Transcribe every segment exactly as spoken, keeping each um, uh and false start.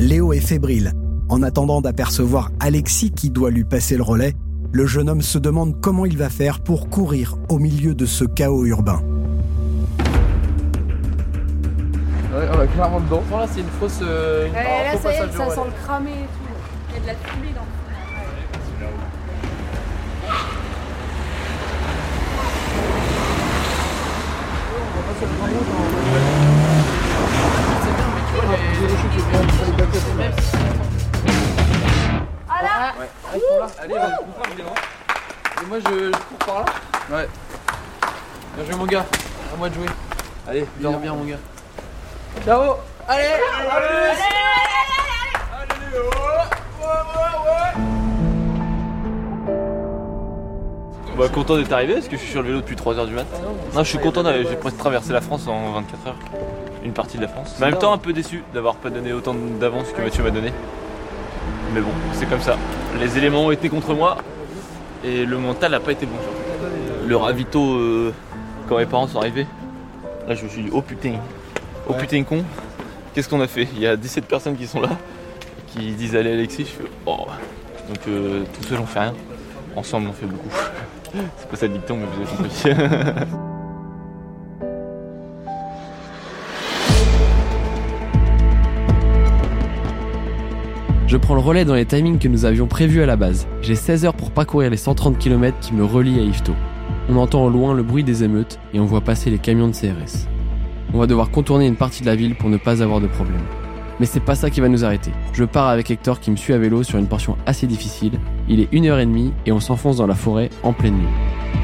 Léo est fébrile. En attendant d'apercevoir Alexis qui doit lui passer le relais, le jeune homme se demande comment il va faire pour courir au milieu de ce chaos urbain. Ouais, on va clairement dedans. Bon, là, c'est une fausse. Euh, une ouais, là, ça y est, ça sent le cramé et tout. Il y a de la fumée dans le fond. C'est bien, mais tu vois, les chutes, c'est bien. Ah là ouais. Ah, ils sont là. Allez, vas-y, cours pas, je les vois. Et moi, je, je cours par là. Ouais. Bien joué, mon gars. À moi de jouer. Allez, viens, viens, mon gars. Ciao. Allez, allez, allez, allez, Léo. Ouais, ouais, ouais. Bah, content d'être arrivé parce que je suis sur le vélo depuis trois heures du mat. Non, je suis content, d'avoir, j'ai presque traversé la France en vingt-quatre heures. Une partie de la France. Mais en même temps un peu déçu d'avoir pas donné autant d'avance que Mathieu m'a donné. Mais bon, c'est comme ça. Les éléments ont été contre moi et le mental n'a pas été bon surtout. Le ravito, euh, quand mes parents sont arrivés, là je me suis dit oh putain, oh putain con, qu'est-ce qu'on a fait? Il y a dix-sept personnes qui sont là, qui disent allez Alexis, je fais oh. Donc euh, tout seul on fait rien, ensemble on fait beaucoup. C'est pas ça le dicton mais vous avez compris. Je prends le relais dans les timings que nous avions prévus à la base. J'ai seize heures pour parcourir les cent trente kilomètres qui me relient à Yvetot. On entend au loin le bruit des émeutes et on voit passer les camions de C R S. On va devoir contourner une partie de la ville pour ne pas avoir de problème. Mais c'est pas ça qui va nous arrêter. Je pars avec Hector qui me suit à vélo sur une portion assez difficile. Il est une heure trente et on s'enfonce dans la forêt en pleine nuit.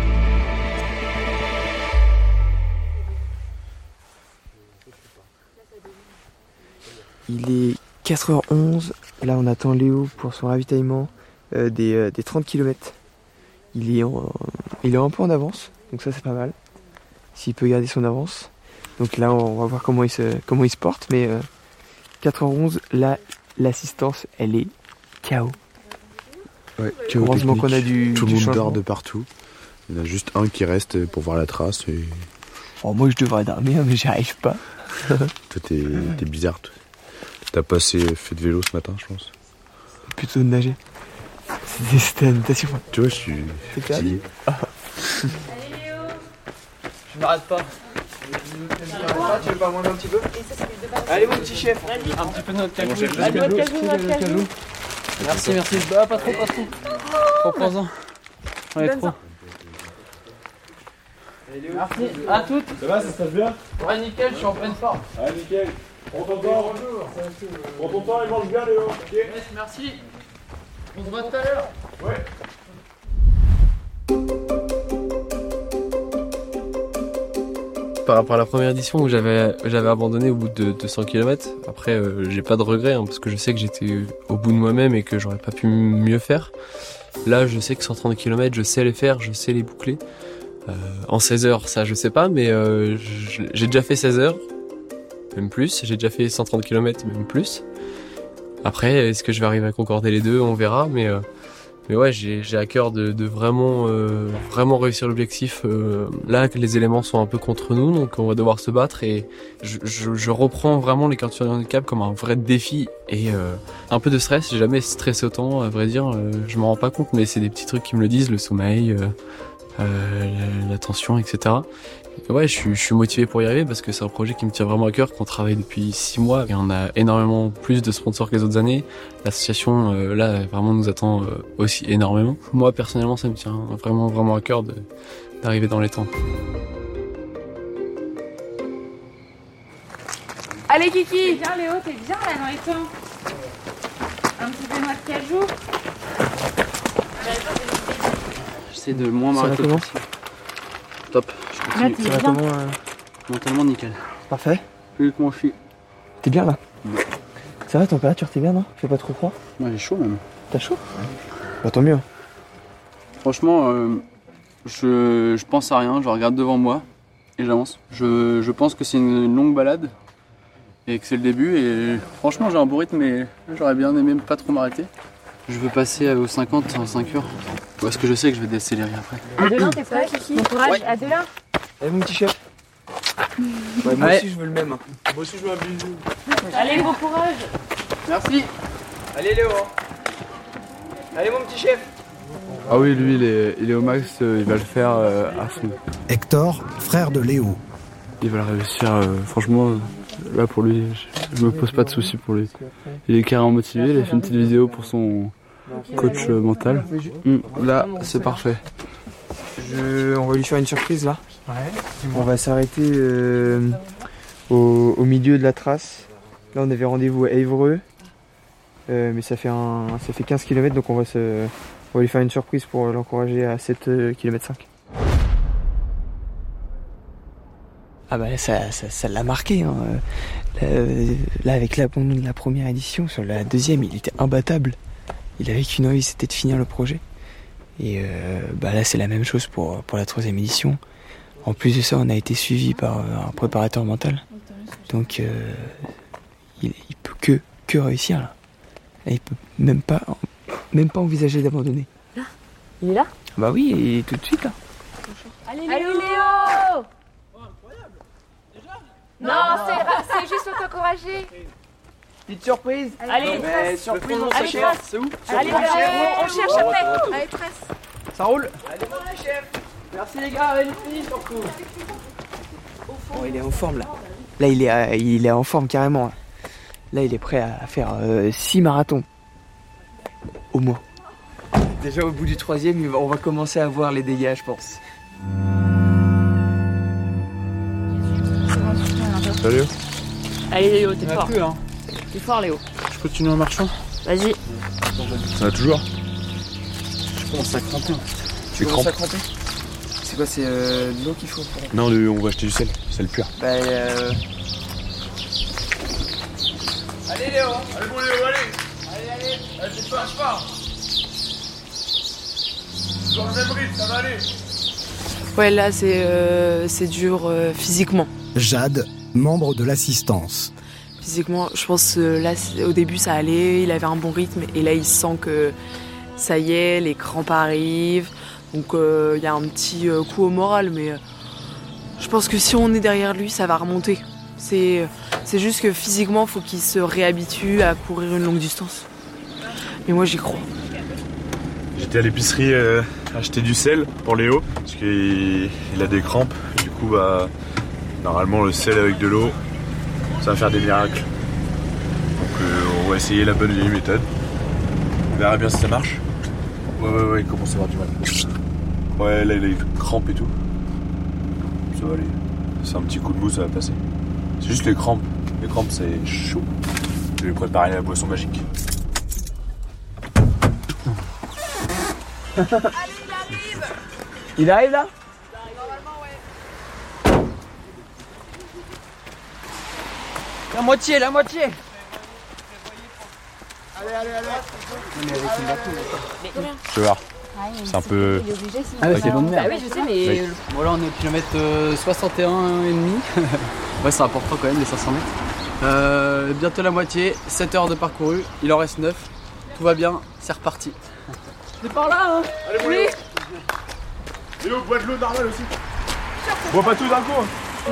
Il est quatre heures onze, là on attend Léo pour son ravitaillement euh, des, euh, des trente kilomètres. Il est, en, il est un peu en avance, donc ça c'est pas mal, s'il peut garder son avance. Donc là on va voir comment il se, comment il se porte, mais euh, quatre heures onze, là l'assistance elle est K O. Ouais, K O heureusement technique. qu'on a du Tout le du monde changement. dort de partout. Il y en a juste un qui reste pour voir la trace. Et... Oh, moi je devrais dormir mais j'y arrive pas. Toi t'es, t'es bizarre toi. T'as pas assez fait de vélo ce matin, je pense. Plutôt de nager. C'était, c'était la natation. Tu vois, je suis fatigué. Allez Léo. Je m'arrête pas. Tu veux pas manger un petit peu? Allez mon petit chef. Un petit peu de notre cajou. Allez, votre cajou, votre cajou. Merci, merci. Bah, pas trop, pas trop. Trop présent. On est trop. Merci. À toutes. Ça va, ça se passe bien? Ouais, nickel, je suis en pleine forme. Ah, nickel. Prends ton temps. Prends ton temps et mange bien, Léo. Ok. Yes, merci. On se voit tout à l'heure. Ouais. Par rapport à la première édition où j'avais, j'avais abandonné au bout de deux cents kilomètres, après euh, j'ai pas de regrets hein, parce que je sais que j'étais au bout de moi-même et que j'aurais pas pu mieux faire. Là je sais que cent trente kilomètres, je sais les faire, je sais les boucler. Euh, en seize heures, ça je sais pas, mais euh, j'ai déjà fait seize heures, même plus, j'ai déjà fait cent trente kilomètres, même plus. Après, est-ce que je vais arriver à concorder les deux, on verra, mais... Euh, Mais ouais, j'ai, j'ai à cœur de, de vraiment, euh, vraiment réussir l'objectif. Euh, là, les éléments sont un peu contre nous, donc on va devoir se battre. Et je, je, je reprends vraiment les quarante heures de handicap comme un vrai défi et euh, un peu de stress. J'ai jamais stressé autant, à vrai dire. Euh, je m'en rends pas compte, mais c'est des petits trucs qui me le disent, le sommeil, euh, euh, la, la tension, et cetera. Et ouais, je suis, je suis motivé pour y arriver parce que c'est un projet qui me tient vraiment à cœur, qu'on travaille depuis six mois et on a énormément plus de sponsors que les autres années. L'association, euh, là, vraiment nous attend euh, aussi énormément. Moi, personnellement, ça me tient vraiment, vraiment à cœur de, d'arriver dans les temps. Allez Kiki. T'es bien Léo, t'es bien là dans les temps. Un petit peu noix de cajou. J'essaie de moins Ça va m'arrêter. comment? Top. Je Là continue. t'es Ça va bien. comment euh... Mentalement nickel. Parfait. Vu comment je suis. T'es bien là? Ouais. Ça va, température, t'es bien, non? Fait pas trop froid? Moi j'ai chaud même. T'as chaud? Bah tant mieux. Franchement, euh, je, je pense à rien, je regarde devant moi et j'avance. Je, je pense que c'est une longue balade et que c'est le début et franchement j'ai un beau rythme mais j'aurais bien aimé pas trop m'arrêter. Je veux passer aux cinquante en cinq heures parce que je sais que je vais décélérer après. Adelin, t'es prêt Kiki? Bon courage, Ouais. Adelin. Allez mon petit chef. Ouais, moi Ouais. aussi je veux le même. Moi aussi, je veux un bisou. Allez, bon courage. Merci. Allez Léo. Allez mon petit chef. Ah oui, lui, il est, il est au max, euh, il va le faire euh, à fond. Hector, frère de Léo. Il va le réussir, euh, franchement, là pour lui, je, je me pose pas de soucis pour lui. Il est carrément motivé, il a fait une petite vidéo pour son coach euh, mental. Mmh, là, c'est parfait. Je... On va lui faire une surprise là. Ouais. On va s'arrêter euh, au, au milieu de la trace. Là on avait rendez-vous à Évreux. Euh, mais ça fait, un, ça fait quinze kilomètres donc on va, se, on va lui faire une surprise pour l'encourager à sept kilomètres cinq. Ah bah là ça, ça, ça l'a marqué hein. Là, là avec l'abandon de la première édition, sur la deuxième il était imbattable. Il avait qu'une envie, c'était de finir le projet. Et euh, bah là c'est la même chose pour, pour la troisième édition. En plus de ça on a été suivi par un préparateur mental. Donc euh, il, il peut que, que réussir là. Et il peut même pas, même pas envisager d'abandonner. Là il est là? Bah oui, et tout de suite là. Allez Léo, Allez, Léo Non, c'est juste pour t'encourager. Petite surprise. Allez, mais surprise, on Allez, se Trace. C'est où? Allez, on, on cherche après. Allez, Trace. Ça roule. Allez, bon, chef. Merci les gars, allez, fini surtout. Bon, il est en forme là. Là, il est, à, il est en forme carrément. Là, là il est prêt à faire six euh, marathons. Au moins. Déjà au bout du troisième, on va commencer à voir les dégâts, je pense. Salut. Allez Léo, t'es On a fort. plus, hein. T'es fort Léo. Je continue en marchant. Vas-y. Ça va toujours? Je commence à cramper. Tu crampes? C'est quoi, c'est euh, de l'eau qu'il faut pour... Non, le- on va acheter du sel, sel pur. Bah euh... Allez Léo. Allez, mon Léo, allez. Allez, allez. Allez, tu passes pas. Dans le même rythme, ça va aller. Ouais, là, c'est euh, c'est dur euh, physiquement. Jade, membre de l'assistance. Physiquement, je pense que là, c'est- au début, ça allait, il avait un bon rythme, et là, il sent que ça y est, les crampes arrivent, donc il euh, y a un petit euh, coup au moral, mais euh, je pense que si on est derrière lui, ça va remonter. C'est c'est juste que physiquement, il faut qu'il se réhabitue à courir une longue distance. Mais moi, j'y crois. J'étais à l'épicerie euh, acheter du sel pour Léo, parce qu'il il a des crampes. Du coup, bah, normalement, le sel avec de l'eau, ça va faire des miracles. Donc, euh, on va essayer la bonne vieille méthode. On verra bien si ça marche. Ouais, ouais, ouais, il commence à avoir du mal. Ouais, là, il a des crampes et tout. Ça va aller. C'est un petit coup de mou, ça va passer. C'est juste les crampes. Les crampes, c'est chaud. Je vais lui préparer la boisson magique. Il arrive là? La moitié, la moitié. Je vais voir. C'est un peu... Ah ouais, c'est long de merde. Bah oui, je sais, mais. Oui. Bon là on est au kilomètre euh, soixante et un et demi. Ouais, c'est important quand même les cinq cents mètres. Euh, bientôt la moitié, sept heures de parcouru, il en reste neuf. Tout va bien, c'est reparti. C'est par là, hein. Allez, mon Léo. Léo, bois de l'eau normale aussi. Bois pas tout d'un coup. hein.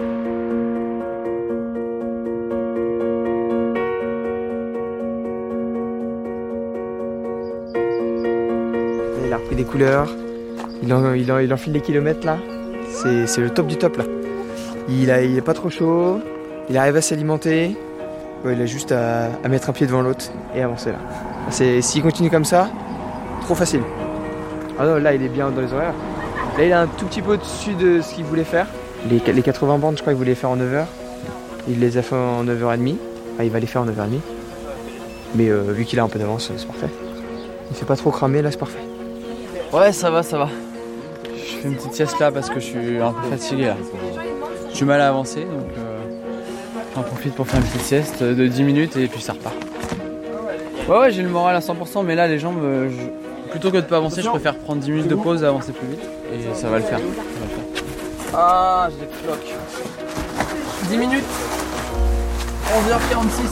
Il a repris des couleurs. Il, en, il, en, il enfile des kilomètres là. C'est c'est le top du top là. Il, a, il est pas trop chaud. Il arrive à s'alimenter. Ouais, il a juste à, à mettre un pied devant l'autre et avancer là. C'est- S'il continue comme ça, trop facile. Ah non, là il est bien dans les horaires. Là il est un tout petit peu au-dessus de ce qu'il voulait faire. Les, les quatre-vingts bandes, je crois qu'il voulait les faire en neuf heures. Il les a fait en neuf heures trente. Enfin, il va les faire en neuf heures trente. Mais euh, vu qu'il a un peu d'avance, c'est parfait. Il fait pas trop cramer, là c'est parfait. Ouais, ça va, ça va. Je fais une petite sieste là parce que je suis un peu fatigué là. J'ai du mal à avancer donc euh, j'en profite pour faire une petite sieste de dix minutes et puis ça repart. Ouais, ouais, j'ai le moral à cent pour cent, mais là les jambes, euh, je- plutôt que de pas avancer, je préfère prendre dix minutes de pause et avancer plus vite. Et ça va le faire. Ça va le faire. Ah, j'ai des cloques. dix minutes. onze heures quarante-six.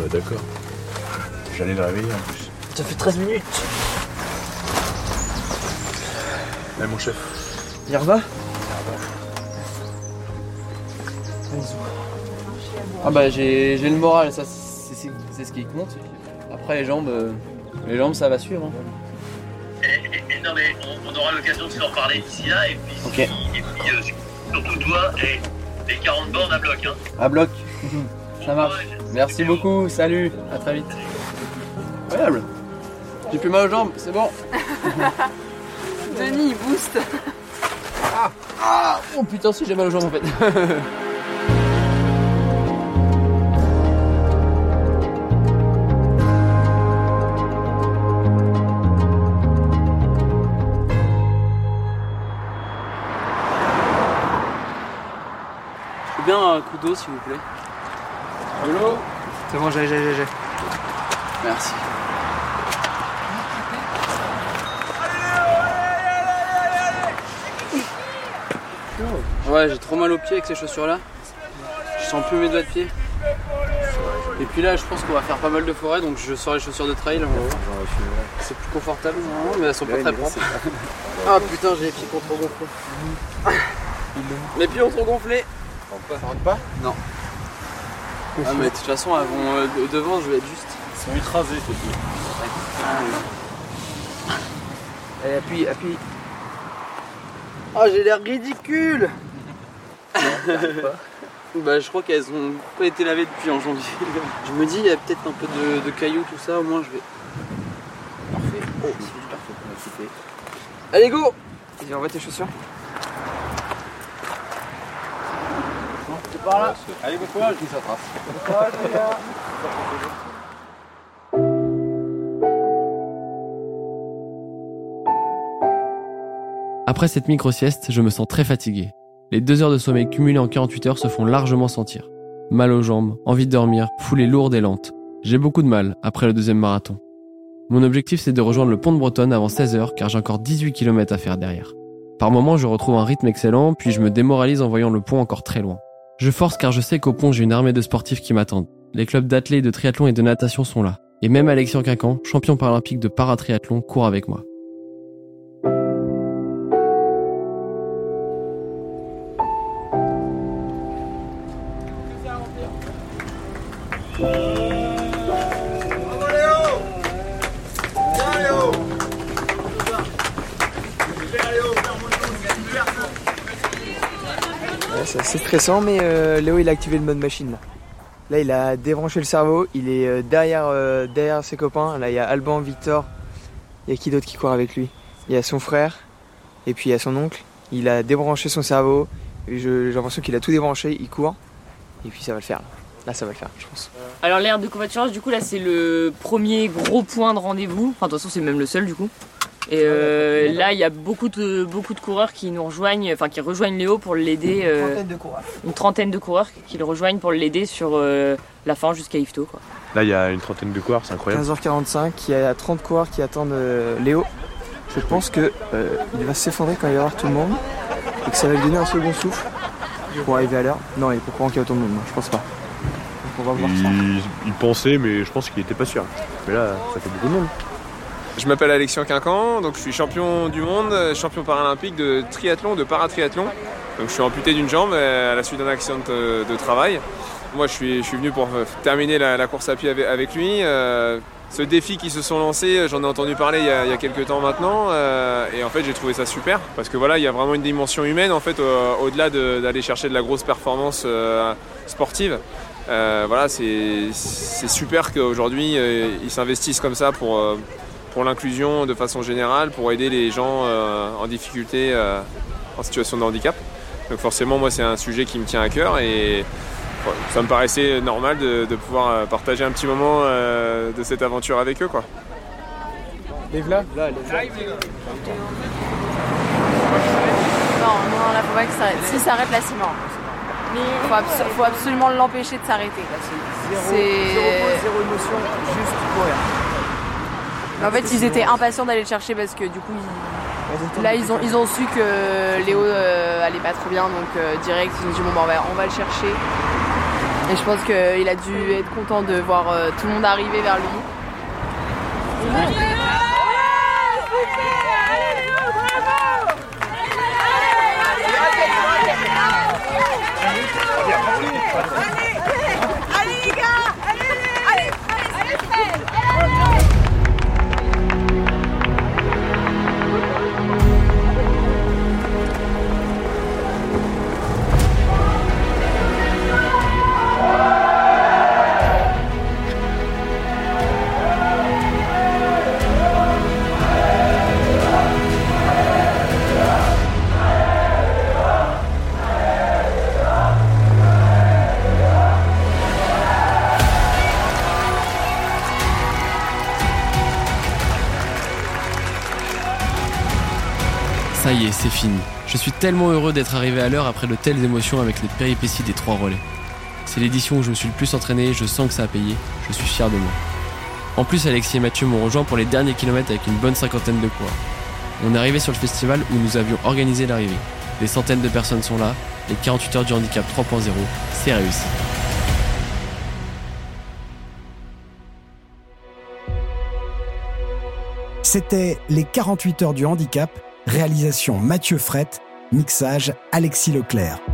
bah d'accord. J'allais le réveiller en plus. Ça fait treize minutes. Eh mon chef. Yerba. Ah bah j'ai le moral, ça c'est ce qui compte. Après les jambes, euh, les jambes ça va suivre. Hein. Et, et, et non mais on, on aura l'occasion de s'en reparler d'ici là et puis, okay. si, et puis euh, surtout toi et les quarante bornes à bloc. Hein. À bloc, ça marche. Ouais, merci beaucoup, salut, à très vite. Incroyable. J'ai plus mal aux jambes, c'est bon. Denis il booste. Ah, ah, oh putain si j'ai mal aux jambes en fait. Bien un coup d'eau s'il vous plaît. De l'eau. C'est bon, j'ai, j'ai, j'ai. Merci. Ouais, j'ai trop mal aux pieds avec ces chaussures là. Je sens plus mes doigts de pied. Et puis là, je pense qu'on va faire pas mal de forêt, donc je sors les chaussures de trail. C'est plus confortable, non, mais elles sont pas très propres. Ah putain, j'ai les pieds qui ont trop gonflé. Les pieds ont trop gonflé. Ça rentre pas? Non. Ah mais de toute façon, elles vont, euh, devant, je vais être juste. Ils sont écrasés, je te dis. Allez, appuie, appuie. Oh, j'ai l'air ridicule. Bah je crois qu'elles ont pas été lavées depuis en janvier. Je me dis, il y a peut-être un peu de, de cailloux, tout ça, au moins je vais... Parfait. Oh, c'est parfait pour m'occuper. Allez, go. Vas-y, envoie tes chaussures. Par là. Allez, bon courage. Ça trace. Bon courage, les gars. Après cette micro-sieste, je me sens très fatigué. Les deux heures de sommeil cumulées en quarante-huit heures se font largement sentir. Mal aux jambes, envie de dormir, foulée lourde et lente. J'ai beaucoup de mal après le deuxième marathon. Mon objectif c'est de rejoindre le pont de Bretonne avant seize heures car j'ai encore dix-huit kilomètres à faire derrière. Par moments je retrouve un rythme excellent puis je me démoralise en voyant le pont encore très loin. Je force car je sais qu'au pont j'ai une armée de sportifs qui m'attendent. Les clubs d'athlètes, de triathlon et de natation sont là. Et même Alexis Quincan, champion paralympique de paratriathlon, court avec moi. C'est assez stressant, mais euh, Léo il a activé le mode machine là. Là il a débranché le cerveau, il est euh, derrière, euh, derrière ses copains. Là il y a Alban, Victor, il y a qui d'autre qui court avec lui? Il y a son frère et puis il y a son oncle. Il a débranché son cerveau, et je, j'ai l'impression qu'il a tout débranché, il court et puis ça va le faire là. Là ça va le faire je pense. Alors l'aire de covoiturage du coup là c'est le premier gros point de rendez-vous, enfin de toute façon c'est même le seul du coup. Et euh, là, il y a beaucoup de, beaucoup de coureurs qui nous rejoignent, enfin qui rejoignent Léo pour l'aider. Euh, une trentaine de coureurs. Une trentaine de coureurs qui le rejoignent pour l'aider sur euh, la fin jusqu'à Yvetot, quoi. Là, il y a une trentaine de coureurs, c'est incroyable. quinze heures quarante-cinq, il y a trente coureurs qui attendent euh, Léo. Je pense que euh, il va s'effondrer quand il va y avoir tout le monde et que ça va lui donner un second souffle pour arriver à l'heure. Non, il est pas au courant qu'il y a autant de monde, non, je pense pas. Donc on va voir il, ça. Il pensait, mais je pense qu'il était pas sûr. Mais là, ça fait beaucoup de monde. Je m'appelle Alexis Quincan, donc je suis champion du monde, champion paralympique de triathlon, de paratriathlon. Donc je suis amputé d'une jambe à la suite d'un accident de, de travail. Moi je suis, je suis venu pour terminer la, la course à pied avec, avec lui. Euh, ce défi qu'ils se sont lancés, j'en ai entendu parler il y a, il y a quelques temps maintenant. Euh, et en fait j'ai trouvé ça super parce que voilà, il y a vraiment une dimension humaine en fait au, au-delà de, d'aller chercher de la grosse performance euh, sportive. Euh, voilà, c'est, c'est super qu'aujourd'hui euh, ils s'investissent comme ça pour... Euh, pour l'inclusion de façon générale, pour aider les gens euh, en difficulté, euh, en situation de handicap. Donc forcément, moi, c'est un sujet qui me tient à cœur et bon, ça me paraissait normal de, de pouvoir partager un petit moment euh, de cette aventure avec eux, quoi. Lève-la. Là, lève-la. Non, non, là, faut pas que ça s'arrête. S'il s'arrête, là, c'est mort. Il faut, abso- faut absolument l'empêcher de s'arrêter. Zéro, c'est... Zéro, zéro émotion, juste courir. En fait, ils étaient impatients d'aller le chercher parce que du coup, ils... là, ils ont, ils ont su que Léo euh, allait pas trop bien, donc euh, direct, ils ont dit bon, bah, on va, on va le chercher. Et je pense qu'il a dû être content de voir euh, tout le monde arriver vers lui. Allez les gars, allez, allez, allez, Ça y est, c'est fini. Je suis tellement heureux d'être arrivé à l'heure après de telles émotions avec les péripéties des trois relais. C'est l'édition où je me suis le plus entraîné, je sens que ça a payé, je suis fier de moi. En plus, Alexis et Mathieu m'ont rejoint pour les derniers kilomètres avec une bonne cinquantaine de coureurs. On est arrivé sur le festival où nous avions organisé l'arrivée. Des centaines de personnes sont là, les quarante-huit heures du handicap trois point zéro, c'est réussi. C'était les quarante-huit heures du handicap, réalisation Mathieu Frette, mixage Alexis Leclerc.